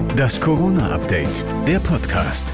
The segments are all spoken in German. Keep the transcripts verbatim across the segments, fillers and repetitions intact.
Das Corona-Update, der Podcast.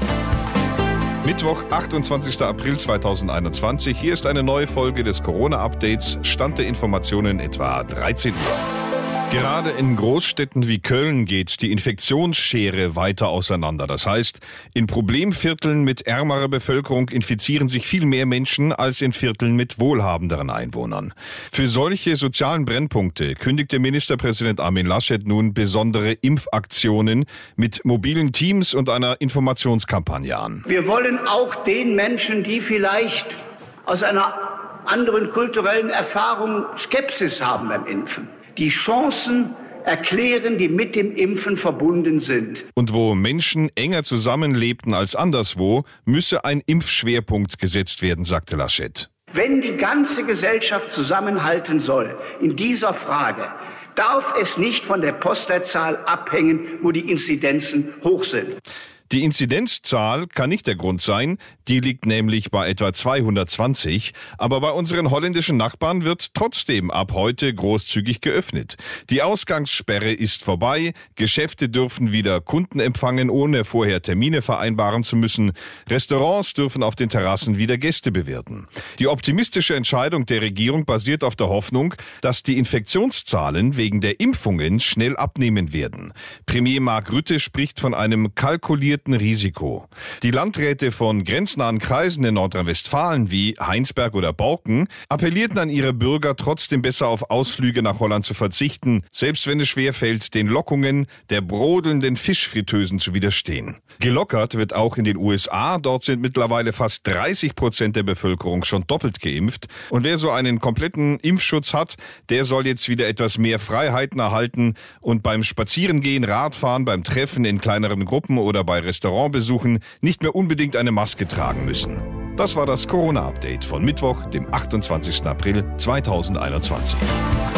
Mittwoch, achtundzwanzigster April zweitausendeinundzwanzig. Hier ist eine neue Folge des Corona-Updates. Stand der Informationen etwa dreizehn Uhr. Gerade in Großstädten wie Köln geht die Infektionsschere weiter auseinander. Das heißt, in Problemvierteln mit ärmerer Bevölkerung infizieren sich viel mehr Menschen als in Vierteln mit wohlhabenderen Einwohnern. Für solche sozialen Brennpunkte kündigte Ministerpräsident Armin Laschet nun besondere Impfaktionen mit mobilen Teams und einer Informationskampagne an. Wir wollen auch den Menschen, die vielleicht aus einer anderen kulturellen Erfahrung Skepsis haben beim Impfen, die Chancen erklären, die mit dem Impfen verbunden sind. Und wo Menschen enger zusammenlebten als anderswo, müsse ein Impfschwerpunkt gesetzt werden, sagte Laschet. Wenn die ganze Gesellschaft zusammenhalten soll in dieser Frage, darf es nicht von der Postleitzahl abhängen, wo die Inzidenzen hoch sind. Die Inzidenzzahl kann nicht der Grund sein, die liegt nämlich bei etwa zweihundertzwanzig, aber bei unseren holländischen Nachbarn wird trotzdem ab heute großzügig geöffnet. Die Ausgangssperre ist vorbei, Geschäfte dürfen wieder Kunden empfangen, ohne vorher Termine vereinbaren zu müssen, Restaurants dürfen auf den Terrassen wieder Gäste bewirten. Die optimistische Entscheidung der Regierung basiert auf der Hoffnung, dass die Infektionszahlen wegen der Impfungen schnell abnehmen werden. Premier Mark Rutte spricht von einem kalkulierten Risiko. Die Landräte von grenznahen Kreisen in Nordrhein-Westfalen wie Heinsberg oder Borken appellierten an ihre Bürger, trotzdem besser auf Ausflüge nach Holland zu verzichten, selbst wenn es schwerfällt, den Lockungen der brodelnden Fischfritteusen zu widerstehen. Gelockert wird auch in den U S A. Dort sind mittlerweile fast dreißig Prozent der Bevölkerung schon doppelt geimpft. Und wer so einen kompletten Impfschutz hat, der soll jetzt wieder etwas mehr Freiheiten erhalten und beim Spazierengehen, Radfahren, beim Treffen in kleineren Gruppen oder bei Restaurantbesuchen nicht mehr unbedingt eine Maske tragen müssen. Das war das Corona-Update von Mittwoch, dem achtundzwanzigsten April zweitausendeinundzwanzig.